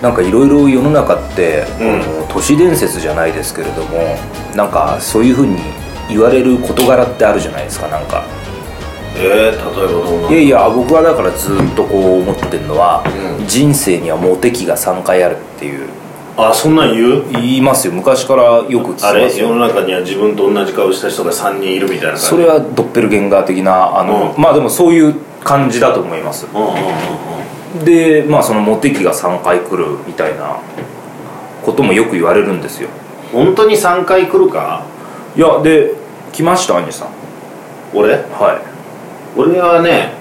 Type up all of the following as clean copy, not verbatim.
なんかいろいろ世の中って、都市伝説じゃないですけれども、なんかそういう風に言われる事柄ってあるじゃないですか。なんか例えばどうなの？ いやいや、僕はだからずっとこう思ってるのは、人生にはモテ期が3回あるっていう。 あ、そんなん言いますよ。昔からよく聞きますよ。 あれ、世の中には自分と同じ顔した人が3人いるみたいな感じ。 それはドッペルゲンガー的なまあでもそういう感じだと思います。で、まあそのモテ期が3回来るみたいなこともよく言われるんですよ。 本当に3回来るか？ いや、で来ました、兄さん。 俺ははね、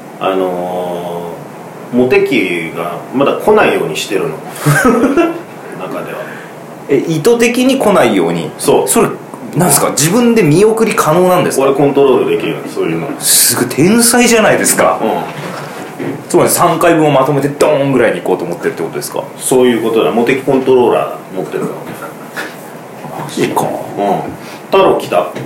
モテ期がまだ来ないようにしてるの中では。 意図的に来ないように。 そう。 それなんですか、自分で見送り可能なんですか？ 俺コントロールできるの、そういうの。 すごい天才じゃないですか。つまり3回分をまとめてドーンぐらいに行こうと思ってるってことですか？ そういうことだ。モテ期コントローラー持ってるから。 マジか。 太郎来た？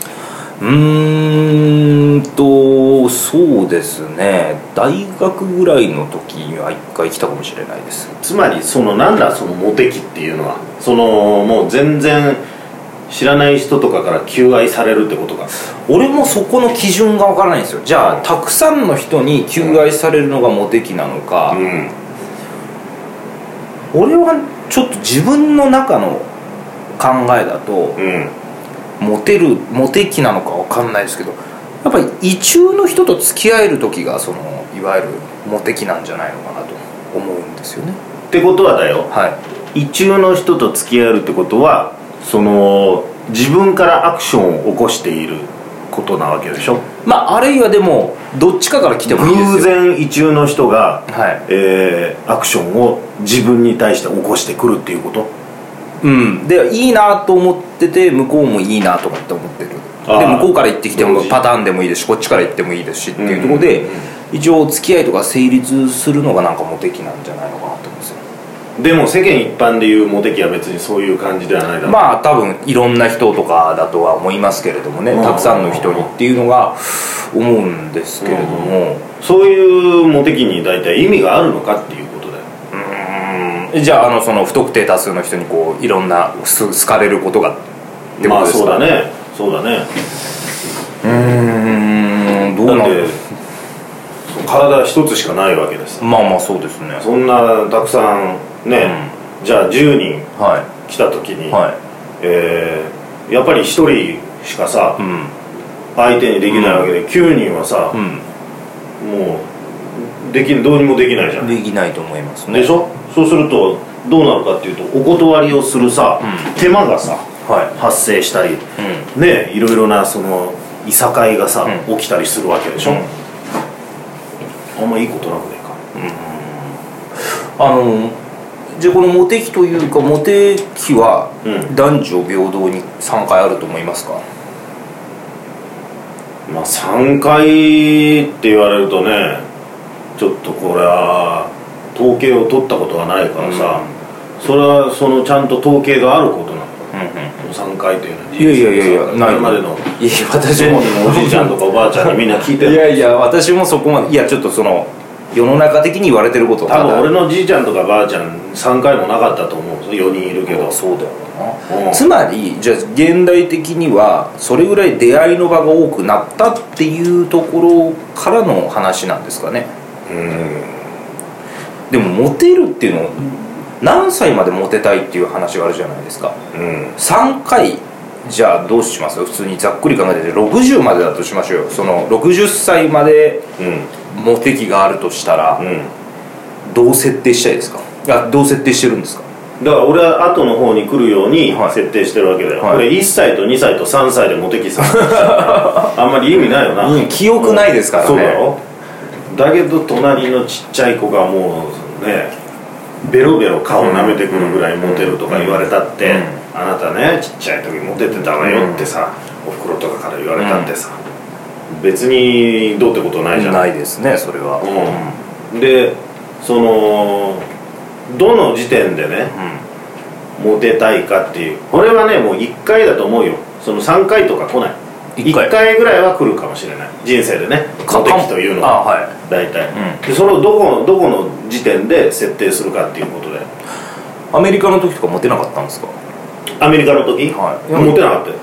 そうですね、大学ぐらいの時には1回来たかもしれないです。 つまりなんだそのモテ期っていうのは、もう全然知らない人とかから求愛されるってことか。 俺もそこの基準がわからないんですよ。じゃあたくさんの人に求愛されるのがモテ期なのか、俺はちょっと自分の中の考えだと、モテ期なのかわかんないですけど、やっぱり意中の人と付き合える時がいわゆるモテ期なんじゃないのかなと思うんですよね。 ってことはだよ、 はい、 意中の人と付き合えるってことは自分からアクションを起こしていることなわけでしょ。 まああるいはでもどっちかから来てもいいですよ。 偶然意中の人が、 はいアクションを自分に対して起こしてくるっていうこと。 でいいなと思ってて、向こうもいいなとかって思ってる。で向こうから言ってきてもパターンでもいいですし、こっちから言ってもいいですしっていうところで、一応付き合いとか成立するのがなんかモテ期なんじゃないのかなと思うんですよ。 でも世間一般でいうモテ期は別にそういう感じではないだろう。 まあ多分いろんな人とかだとは思いますけれどもね、たくさんの人にっていうのが思うんですけれども、 そういうモテ期に大体意味があるのかっていうことだよ。 じゃあその不特定多数の人にこういろんな好かれることがってことですか？ まあそうだね。 どうなんだろう。 体一つしかないわけです。 まあまあそうですね。 そんなたくさんね、じゃあ10人来た時に、やっぱり1人しかさ、相手にできないわけで、9人はさ、もうどうにもできないじゃん。 できないと思いますね。 でしょ。そうするとどうなるかっていうと、お断りをするさ、手間がさ、発生したり、ね、いろいろないさかいがさ、起きたりするわけでしょ。あんまいいことなくねえか。 じゃあこのモテ期というか、モテ期は男女平等に3回あると思いますか？ まあ3回って言われるとね、ちょっとこれは統計を取ったことがないからさ、それはちゃんと統計があることなの。3回というのは。 いやないまでの。 いや私もおじいちゃんとかおばあちゃんにみんな聞いてる。 いや私もそこまで。いやちょっと世の中的に言われてることは多分俺のじいちゃんとかばあちゃん3回もなかったと思う。4人いるけど。 そうだよな。つまりじゃあ現代的にはそれぐらい出会いの場が多くなったっていうところからの話なんですかね。でもモテるっていうの、何歳までモテたいっていう話があるじゃないですか。3回じゃあどうします？普通にざっくり考えて60までだとしましょうよ。60歳までモテ期があるとしたら、どう設定したいですか？どう設定してるんですか？ だから俺は後の方に来るように設定してるわけだよ。これ1歳と2歳と3歳でモテ期さあんまり意味ないよな。 記憶ないですからね。 そうだろ。だけど隣のちっちゃい子がもうね、ベロベロ顔舐めてくるぐらいモテるとか言われたって、あなたねちっちゃい時モテてたわよってさ、おふくろとかから言われたってさ、別にどうってことないじゃん。 ないですねそれは。 でどの時点でね、モテたいかっていう、これはねもう1回だと思うよ。3回とか来ない。 1回ぐらいは来るかもしれない、人生でね、モテ期というのは、はい、大体、でそれをどこの時点で設定するかっていうことで。 アメリカの時とかモテなかったんですか？ アメリカの時、はい、モテなかったよ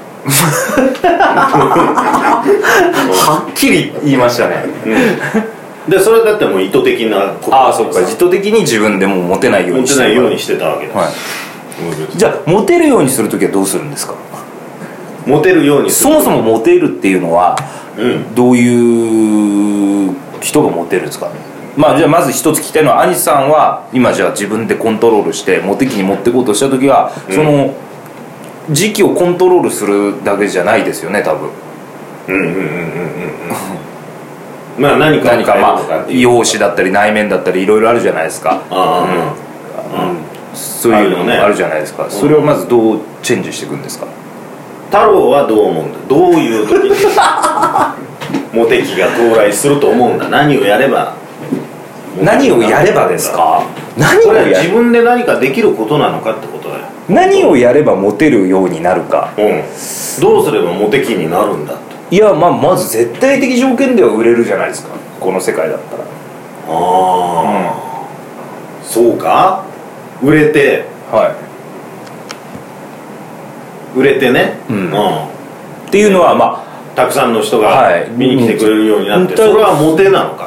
はっきり言いましたね、 でそれだってもう意図的なこと。 ああ、そっか、意図的に自分でもモテないようにしてたわけです、はい、 じゃあモテるようにする時はどうするんですか？ モテるようにする、 そもそもモテるっていうのは、どういう人がモテるんですかね？まあ、じゃあまず一つ聞きたいのは、兄さんは今じゃあ自分でコントロールしてモテ期に持っていこうとした時は、その時期をコントロールするだけじゃないですよね、多分。 まあ何かまあ容姿だったり内面だったりいろいろあるじゃないですか。そういうのもあるじゃないですか。それをまずどうチェンジしていくんですか？ 太郎はどう思うんだ？どういう時にモテ期が到来すると思うんだ？何をやればですか？これは自分で何かできることなのかってことだよ。 何をやればモテるようになるか、 どうすればモテ期になるんだと。 いや、まず絶対的条件では売れるじゃないですか、この世界だったら。 そうか、売れて、売れてね、 っていうのは、まあたくさんの人が見に来てくれるようになって、それはモテなのか。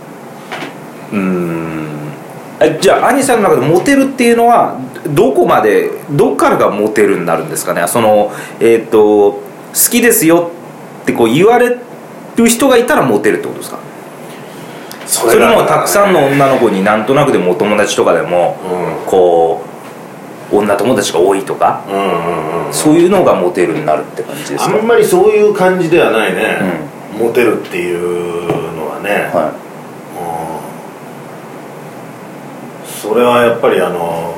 じゃあ兄さんの中でモテるっていうのはどこからがモテるになるんですかね？その好きですよってこう言われる人がいたらモテるってことですか？それもたくさんの女の子になんとなくでもお友達とかでも、こう女友達が多いとか、そういうのがモテるになるって感じですか？ あんまりそういう感じではないね、モテるっていうのはね、それはやっぱり例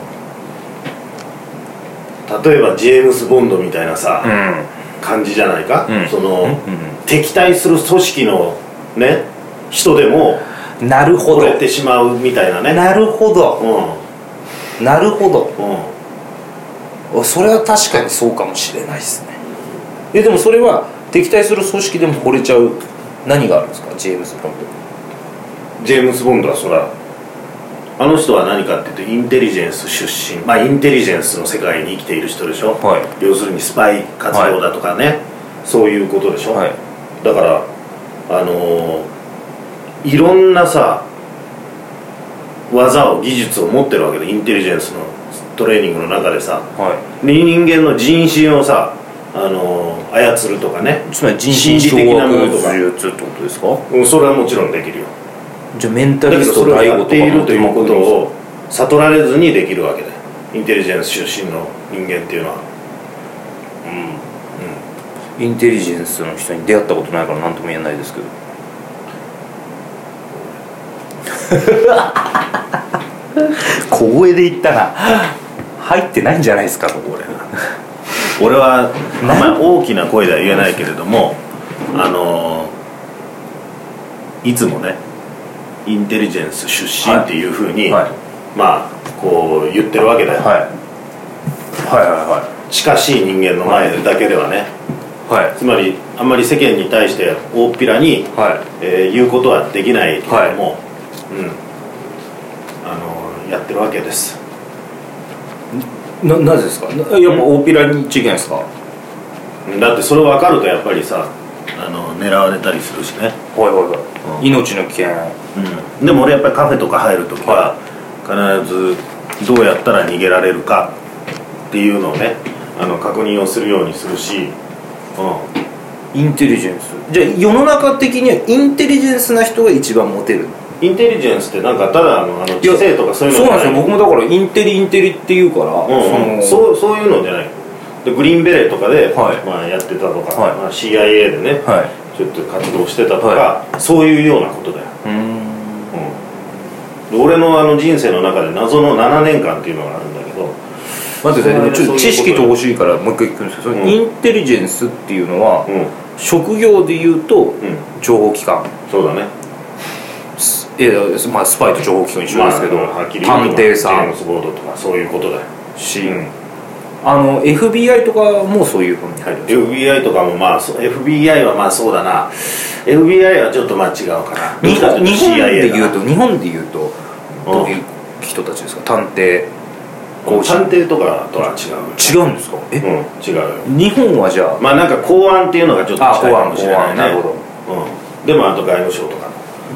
えばジェームス・ボンドみたいなさ、感じじゃないか、その、敵対する組織のね人でもなるほど惚れてしまうみたいなね。 なるほど、なるほど、それは確かにそうかもしれないですね。でもそれは敵対する組織でも惚れちゃう何があるんですか？ジェームス・ボンド。 ジェームス・ボンドはそらあの人は何かっていうとインテリジェンス出身、まあインテリジェンスの世界に生きている人でしょ、要するにスパイ活動だとかね、そういうことでしょ、だからいろんなさ技技術を持ってるわけで、インテリジェンスのトレーニングの中でさ、人間の人心をさ操るとかね、 つまり人心掌握術ってことですか？ それはもちろんできるよ。 じゃあメンタリストだけどそれをやっているということを悟られずにできるわけだよ、インテリジェンス出身の人間っていうのは。 インテリジェンスの人に出会ったことないから何とも言えないですけど小声で言ったら入ってないんじゃないですか、ここ。 俺はあんまり大きな声では言えないけれども、いつもねインテリジェンス出身っていうふうに、まあこう言ってるわけだよ、近しい人間の前だけではね、つまりあんまり世間に対して大っぴらに、言うことはできないけれども、やってるわけです。 なぜですか？やっぱ大っぴらに違うんですか？ だってそれ分かるとやっぱりさ狙われたりするしね。 命の危険。 でも俺やっぱりカフェとか入るときは必ずどうやったら逃げられるかっていうのをね確認をするようにするし、 インテリジェンス。じゃあ世の中的にはインテリジェンスな人が一番モテる。 インテリジェンスってなんかただ知性とかそういうのじゃない。そうなんですよ。 僕もだからインテリって言うから、 そういうのじゃない。でグリーンベレーとかで、まあ、やってたとか、CIA でね、ちょっと活動してたとか、そういうようなことだよ。俺の人生の中で謎の7年間っていうのがあるんだけど、 待ってください、ちょっと知識と欲しいからもう一回聞くんですけど、インテリジェンスっていうのは、職業でいうと、情報機関。 そうだね。 まあ、スパイと情報機関一緒ですけど、 はっきり探偵さん、 ジェームス・ボンドとかそういうことだよ。 FBI とかもそういうふうに入るんですか？ FBI とかもまあFBI はまあそうだな、 FBI はちょっとまあ違うかな。 日本で CIA 言うとどういう人たちですか？探偵探偵とかとは違う。 違うんですか？ 違うよ。 日本はじゃあまあなんか公安っていうのがちょっと近いかもしれないね。 なるほど。 でもあと外務省とか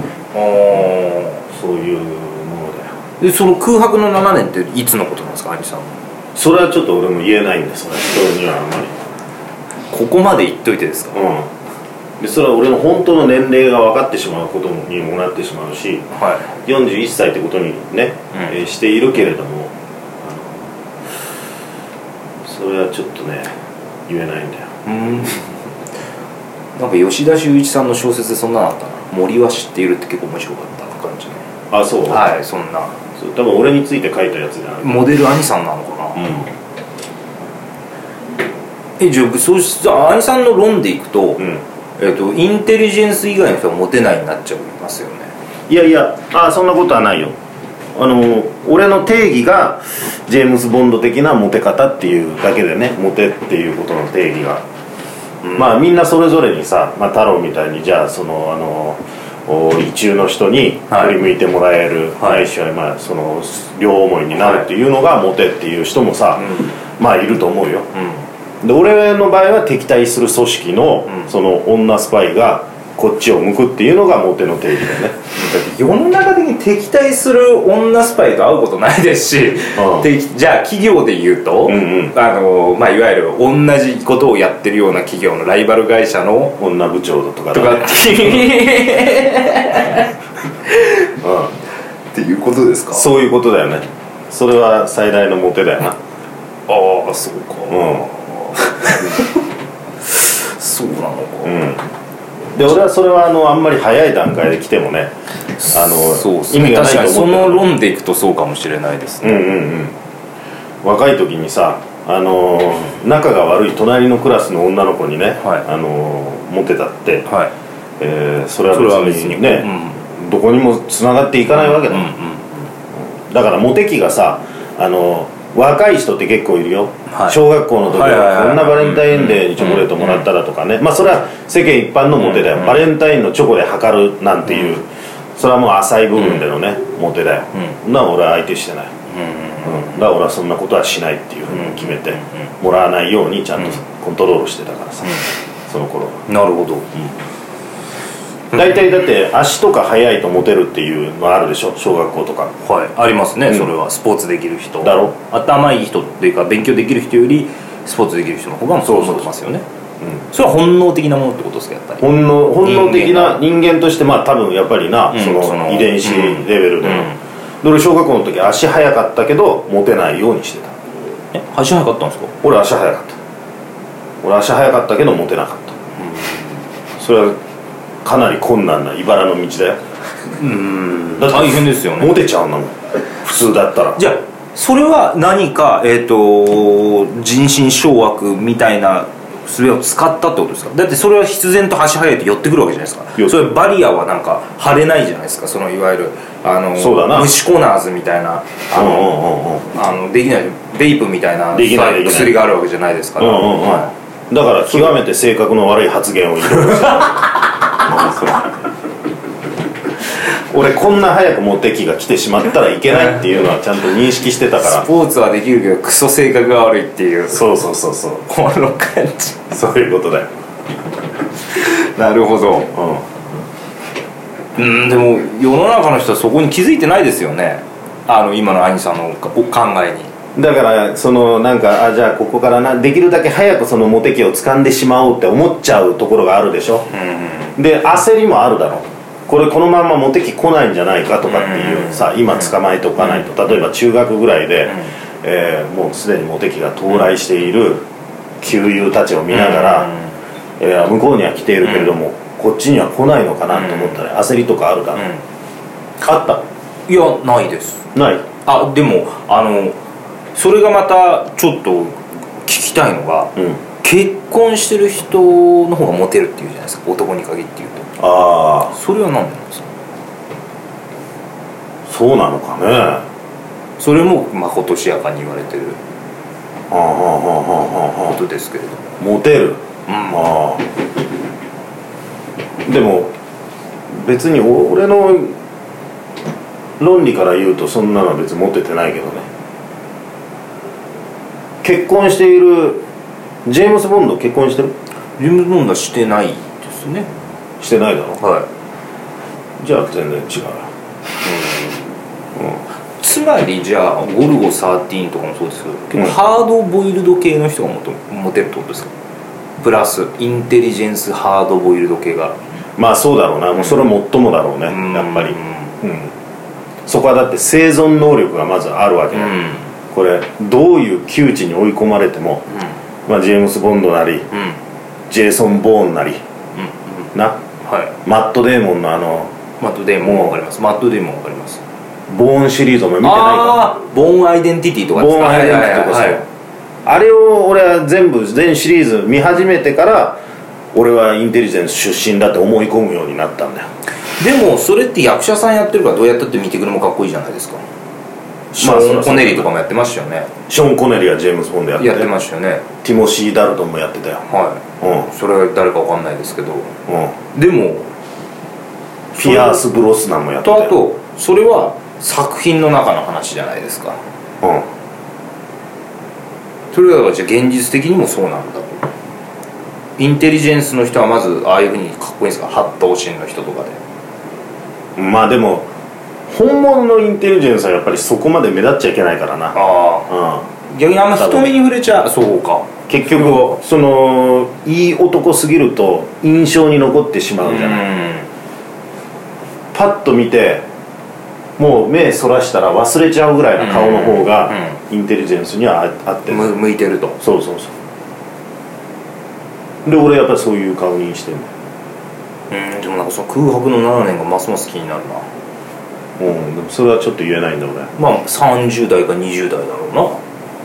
そういうものだよ。 でその空白の7年っていつのことなんですか、兄さん？ それはちょっと俺も言えないんです、人にはあんまり。 ここまで言っといてですか？ でそれは俺の本当の年齢が分かってしまうことにもなってしまうし、41歳ってことにね、しているけれども、それはちょっとね言えないんだよ。 なんか吉田修一さんの小説でそんなのあったな。森は知っているって結構面白かった感じの。 あ、そう。 はい、そんな。 多分俺について書いたやつじゃない。 モデル兄さんなのかな。じゃあそうした兄さんの論でいくと、インテリジェンス以外の人はモテないになっちゃいますよね。 いやいや、そんなことはないよ。俺の定義がジェームズ・ボンド的なモテ方っていうだけでね、モテっていうことの定義が、まあみんなそれぞれにさ、太郎みたいにじゃあその意中の人に振り向いてもらえる、ないしはまあその両思いになるっていうのがモテっていう人もさ、まあいると思うよ。で俺の場合は敵対する組織のその女スパイがこっちを向くっていうのがモテの定義だよね。 世の中的に敵対する女スパイと会うことないですし、じゃあ企業で言うと、まあ、いわゆる同じことをやってるような企業のライバル会社の女部長とかっていうことですか？ そういうことだよね。それは最大のモテだよな。 ああ、そうか。そうなのか。 で俺はそれはあんまり早い段階で来てもね、意味がないと思ってる。確かにその論でいくとそうかもしれないですね。 若い時にさ、仲が悪い隣のクラスの女の子にね、モテたって、それは別にね、どこにもつながっていかないわけだ。だからモテ期がさ、若い人って結構いるよ。小学校の時はこんなバレンタインデーにチョコレートもらったらとかね、まあそれは世間一般のモテだよ。バレンタインのチョコで測るなんていう、それはもう浅い部分でのね、モテだよ。な俺は相手してない。だから俺はそんなことはしないっていうふうに決めて、もらわないようにちゃんとコントロールしてたからさ、その頃。 なるほど。 大体だって足とか速いとモテるっていうのあるでしょ、小学校とか。 ありますね。それはスポーツできる人だろ。 頭いい人っていうか勉強できる人よりスポーツできる人の方がモテますよね。それは本能的なものってことですか？やっぱり本能的な人間として、まあ多分やっぱりな、その遺伝子レベルで。俺小学校の時足速かったけどモテないようにしてた。 足速かったんですか？ 俺足速かった。俺足速かったけどモテなかった。それはかなり困難な茨の道だよ。 だって大変ですよね。 モテちゃうんだもん普通だったら。 じゃあそれは何か人心掌握みたいな術を使ったってことですか？だってそれは必然と足速いと寄ってくるわけじゃないですか。それバリアはなんか張れないじゃないですか。そのいわゆるそうだな、 虫コナーズみたいなできないベイプみたいな薬があるわけじゃないですから。 だから極めて性格の悪い発言をいろいろ俺こんな早くモテ期が来てしまったらいけないっていうのはちゃんと認識してたから。 スポーツはできるけどクソ性格が悪いっていう。 そうこの感じ。 そういうことだよ。 なるほど。でも世の中の人はそこに気づいてないですよね。今の兄さんの考えに。 だからなんかじゃあここからできるだけ早くそのモテ期を掴んでしまおうって思っちゃうところがあるでしょ。で焦りもあるだろう。このままモテ期来ないんじゃないかとかっていうさ、今捕まえておかないと。例えば中学ぐらいで、もうすでにモテ期が到来している旧友たちを見ながら、向こうには来ているけれども、こっちには来ないのかなと思ったら焦りとかあるだろう。あった？ いや、ないです。 ない？ でもそれがまたちょっと聞きたいのが、結婚してる人の方がモテるっていうじゃないですか、男に限って言うと。それは何なんですか？ そうなのかね。 それもまことしやかに言われてる。 ことですけれども。 モテる、でも別に俺の論理から言うとそんなのは別にモテてないけどね。結婚しているジェームズ・ボンド結婚してる？ ジェームズ・ボンドはしてないですね。 してないだろ。 はい。 じゃあ全然違う。 つまりじゃあゴルゴ13とかもそうですけど、結構ハードボイルド系の人がモテるってことですか？プラスインテリジェンスハードボイルド系が。 まあそうだろうな、もうそれは最もだろうね、やっぱり、そこはだって生存能力がまずあるわけだ、これどういう窮地に追い込まれても、まあ、ジェームス・ボンドなり、ジェイソン・ボーンなり、な、マット・デーモンのマット・デーモンわかります。マット・デーモンわかります。 ボーンシリーズも見てないか？ ボーンアイデンティティとかですか？ ボーンアイデンティティとか、あれを俺は全シリーズ見始めてから俺はインテリジェンス出身だって思い込むようになったんだよ。 でもそれって役者さんやってるからどうやったって見てくるもかっこいいじゃないですか。ショーン・コネリーとかもやってましたよね。 ショーン・コネリーはジェームズ・ボンドやってましたよね。 ティモシー・ダルトンもやってたよ。 それは誰かわかんないですけど、でもピアース・ブロスナンもやってたよ。 あとそれは作品の中の話じゃないですか。それはじゃあ現実的にもそうなんだ。インテリジェンスの人はまずああいうふうにかっこいいんですか？八頭身の人とかで。 まあでも本物のインテリジェンスはやっぱりそこまで目立っちゃいけないからな。 逆にあんま人目に触れちゃう。そうか。 結局そのいい男すぎると印象に残ってしまうじゃない。パッと見てもう目そらしたら忘れちゃうぐらいの顔の方がインテリジェンスには合ってる。 向いてると。 そうで俺やっぱりそういう顔にしてる。 でもなんかその空白の7年がますます気になるな。 でもそれはちょっと言えないんだ俺。 まあ30代か20代だろうな。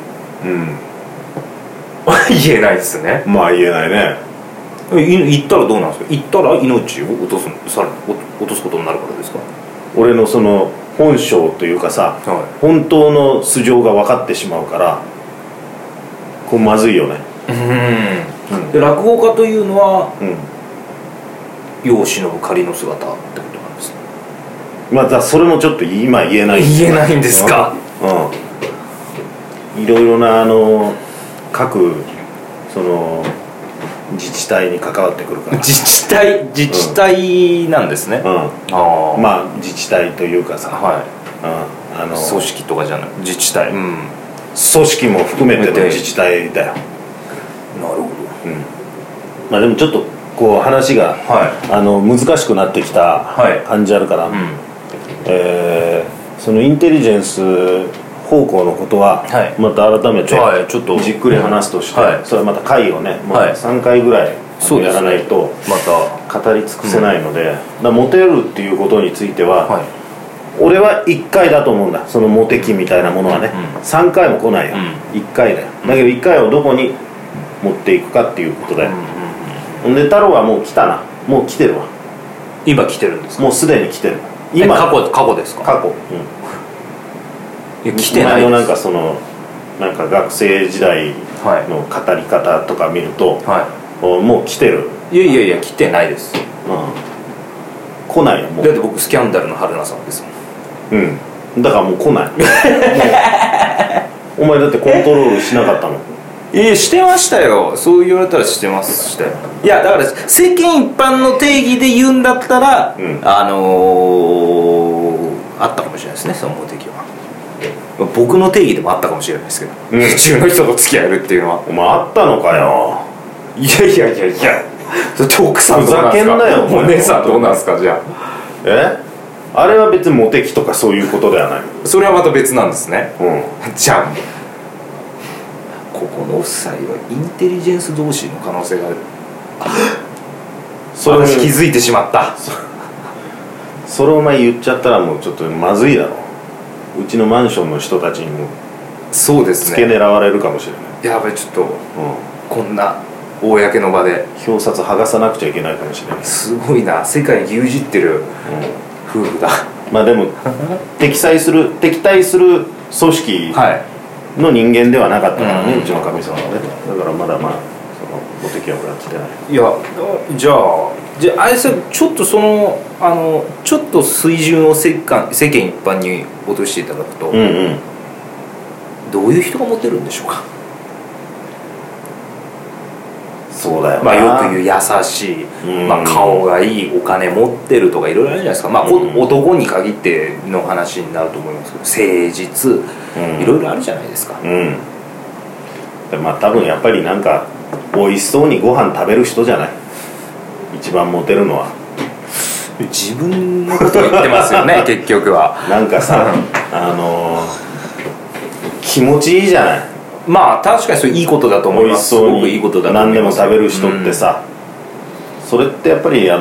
言えないですね。 まあ言えないね。 言ったらどうなんですか？言ったら命を落とすことになるからですか？ 俺のその本性というかさ、本当の素性が分かってしまうからこうまずいよね。 で落語家というのは世を忍ぶ仮の姿ってことなんですね。 またそれもちょっと今言えない。 言えないんですか？ いろいろな各その自治体に関わってくるから。 自治体なんですね。 まあ自治体というかさ、 組織とかじゃない自治体、組織も含めての自治体だよ。 なるほど。 まあでもちょっとこう話が難しくなってきた感じあるから、そのインテリジェンス方向のことはまた改めてちょっとじっくり話すとして、それはまた会をねもう3回ぐらいやらないとまた語り尽くせないので、モテるっていうことについては俺は1回だと思うんだ。そのモテ期みたいなものはね、3回も来ないよ、1回だよ。だけど1回をどこに持っていくかっていうことだよ。で太郎はもう来たな。もう来てるわ。 今来てるんですか？ もうすでに来てる。 今過去ですか？ 過去。 来てないです。 なんかそのなんか学生時代の語り方とか見ると、もう来てる。 いや来てないです。 来ないよもう。 だって僕スキャンダルの春菜さんですもん。だからもう来ない。お前だってコントロールしなかったの？ してましたよ。そう言われたらしてましたよ。いやだから世間一般の定義で言うんだったら、あったかもしれないですね、そのモテ期は。僕の定義でもあったかもしれないですけど、普通の人と付き合えるっていうのは。 お前あったのかよ。 いやそれ奥さんどうなんですか？ふざけんなよ。お姉さんどうなんですか？じゃあれは別にモテ期とかそういうことではない。 それはまた別なんですね。じゃあここの夫妻はインテリジェンス同士の可能性がある。私気づいてしまった。 それお前言っちゃったらもうちょっとまずいだろ。うちのマンションの人たちにもそうですね、 付け狙われるかもしれない。 やばい、ちょっと、こんな公の場で表札剥がさなくちゃいけないかもしれない。 すごいな、世界に牛耳ってる夫婦だ。 まあでも敵対する組織の人間ではなかったからね、 うんうちのかみさんはね。だからまだまあそのモテ期は俺は来てない。 いやじゃああれさ、ちょっとちょっと水準を世間一般に落としていただくと、 うんうん。 どういう人がモテるんでしょうか。 そうだよな。 まあ、よく言う優しい、まあ、顔がいい、お金持ってるとかいろいろあるじゃないですか、まあ、男に限っての話になると思いますけど、誠実、いろいろあるじゃないですか。 でまあ多分やっぱりなんか美味しそうにご飯食べる人じゃない、一番モテるのは。 自分のことを言ってますよね結局は。 なんかさ気持ちいいじゃない。 まあ確かにそれいいことだと思います。 美味しそうにすごくいいことだと思います。 何でも食べる人ってさ、それってやっぱり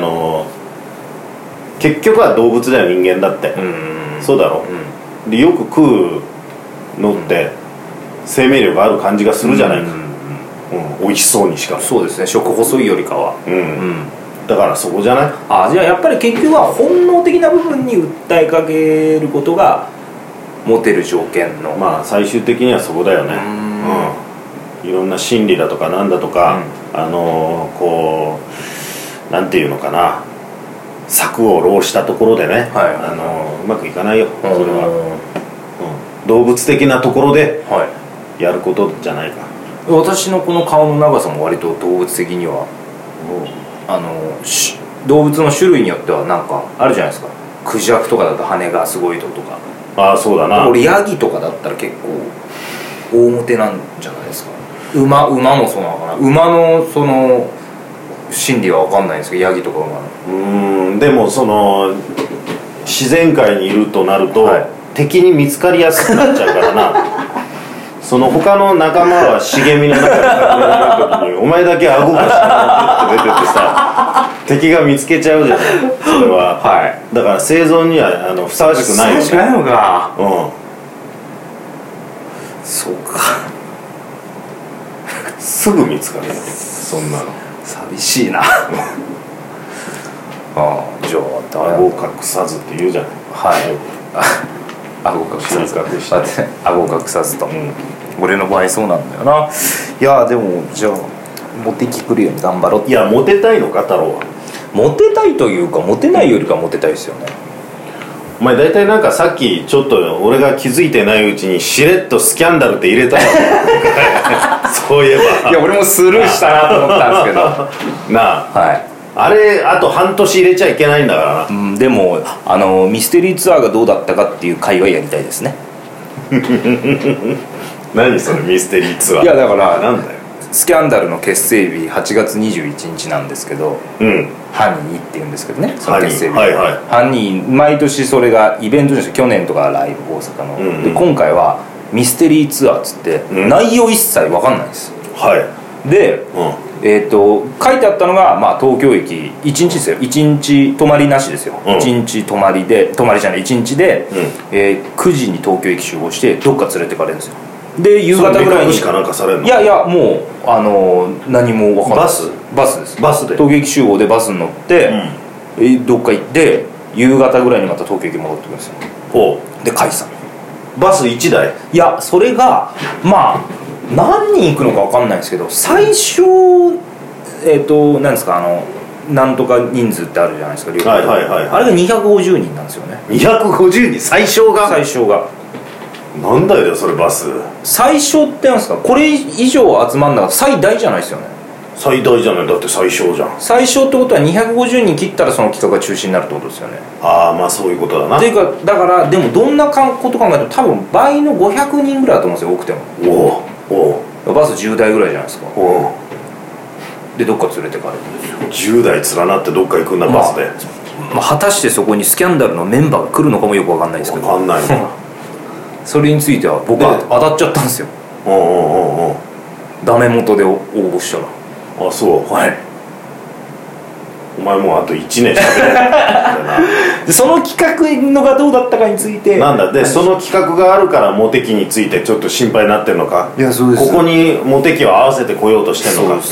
結局は動物だよ、人間だって。そうだろ、でよく食うのって生命力ある感じがするじゃないか、美味しそうにしかも。 そうですね、食細いよりかは。 だからそこじゃない。 じゃあやっぱり結局は本能的な部分に訴えかけることがモテる条件の、 まあ最終的にはそこだよね。いろんな心理だとかなんだとか、こうなんていうのかな、策を浪したところでね、うまくいかないよ、それは。動物的なところでやることじゃないか。 私のこの顔の長さも割と動物的には、動物の種類によってはなんかあるじゃないですか。クジャクとかだと羽がすごいとか。 ああそうだな。 俺ヤギとかだったら結構大モテなんじゃないですか。馬もそうなのかな。馬のその心理は分かんないんですけど、ヤギとか馬の。 でもその自然界にいるとなると、敵に見つかりやすくなっちゃうからなその他の仲間は茂みの中に隠れられる時にお前だけ顎が下に出ててさ敵が見つけちゃうじゃない、それは。だから生存にはふさわしくないよね。 ふさわしくないのか。 そうかすぐ見つかるよそんなの。 寂しいなじゃあ顎を隠さずって言うじゃない。 顎隠さず顎隠さずと、俺の場合そうなんだよな。いやでもじゃあモテ期来るように頑張ろうって。 いやモテたいのか太郎は。 モテたいというかモテないよりかモテたいですよね。 お前大体なんかさっきちょっと俺が気づいてないうちにしれっとスキャンダルって入れたよそういえば。 いや俺もスルーしたなと思ったんですけどなあ、あれあと半年入れちゃいけないんだからな。 でもミステリーツアーがどうだったかっていう会話やりたいですね何それミステリーツアー。 いやだからなんだよ。 スキャンダルの結成日8月21日なんですけど、ハニーって言うんですけどね、その結成日。ハニー毎年それがイベントでした。去年とかライブ大阪の、で今回はミステリーツアーっつって、内容一切分かんないんです。で、書いてあったのが、まあ、東京駅1日ですよ。1日泊まりなしですよ。1日泊まりで1日で、9時に東京駅集合してどっか連れてかれるんですよ。で夕方ぐらいにしかなんかされるの。 いやもう何も分かんない。バスです。 バスで東京駅集合でバスに乗って、どっか行って夕方ぐらいにまた東京駅戻ってくるんですよ。で解散。 バス1台。 いやそれがまあ何人行くのか分かんないんですけど、最初何ですかなんとか人数ってあるじゃないですか。あれが250人なんですよね。 250人最小が。何台だよそれバス。 最小ってなんですか。これ以上集まんなかった最大じゃないですよね。 最大じゃない、だって最小じゃん。 最小ってことは250人切ったらその企画が中止になるってことですよね。 まあそういうことだな。 っていうかだからでもどんなこと考えても多分倍の500人ぐらいだと思うんですよ、多くても。バス10台ぐらいじゃないですか。でどっか連れてかれるんですよ。 10台連なってどっか行くんだ、バスで。 果たしてそこにスキャンダルのメンバーが来るのかもよく分かんないですけど。 分かんないなそれについては僕は当たっちゃったんですよ。ダメ元で応募したら。 そう。お前もうあと1年しかないでその企画のがどうだったかについてなんだで、その企画があるからモテ期についてちょっと心配になってんのか。 いやそうです。 ここにモテ期を合わせてこようとしてんのか。 そうです。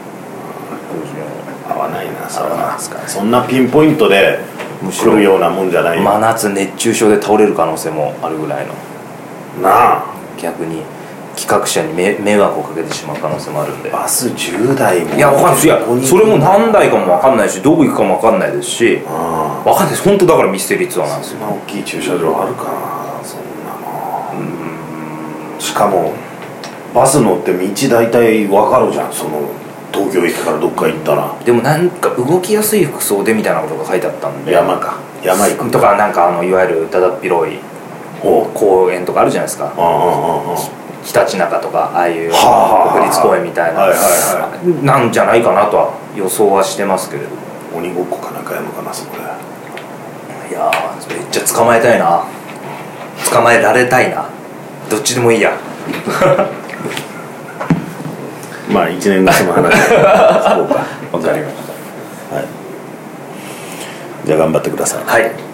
合わないなそれは。そんなピンポイントで来るようなもんじゃないよ。 真夏熱中症で倒れる可能性もあるぐらいの。 なあ逆に企画者に迷惑をかけてしまう可能性もあるんで。 バス10台もいや、わかんないです。いや、それも何台かもわかんないし、どこ行くかもわかんないですし、わかんないです。本当だからミステリーツアーなんですよ。 そんな大きい駐車場あるかな、そんなの。しかもバス乗って道大体わかるじゃん、その東京駅からどっか行ったら。 でもなんか動きやすい服装でみたいなことが書いてあったんで、 山か、山行くとか、なんかいわゆるだだっ広い公園とかあるじゃないですか、ひたちなかとか、ああいう国立公園みたいな、なんじゃないかなとは予想はしてますけれど。 鬼ごっこかなんかやるのかな、そこで。 いやー、めっちゃ捕まえたいな、捕まえられたいな、どっちでもいいや。 まあ1年後その話そうか、 わかりました。 はい、じゃあ頑張ってください。 はい。